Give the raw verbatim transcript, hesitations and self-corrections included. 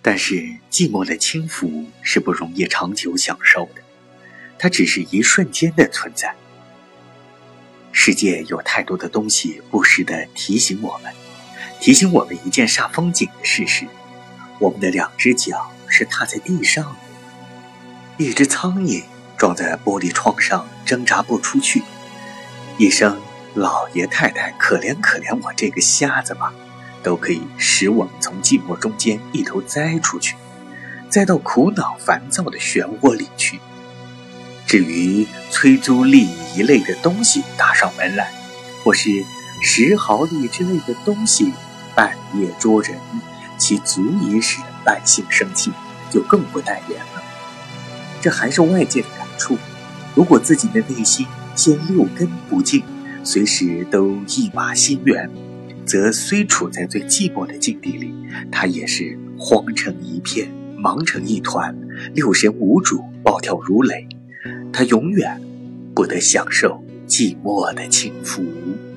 但是寂寞的轻浮是不容易长久享受的，它只是一瞬间的存在。世界有太多的东西不时地提醒我们，提醒我们一件煞风景的事实：我们的两只脚是踏在地上的。一只苍蝇撞在玻璃窗上挣扎不出去，一声老爷太太可怜可怜我这个瞎子吧，都可以使我们从寂寞中间一头栽出去，栽到苦恼烦躁的漩涡里去。至于催租利益一类的东西打上门来，或是十毫利之类的东西半夜捉人，其足以使人百姓生气，就更不待言了。这还是外界的感触，如果自己的内心先六根不净，随时都一马心猿，则虽处在最寂寞的境地里，他也是慌成一片，忙成一团，六神无主，暴跳如雷，他永远不得享受寂寞的轻浮。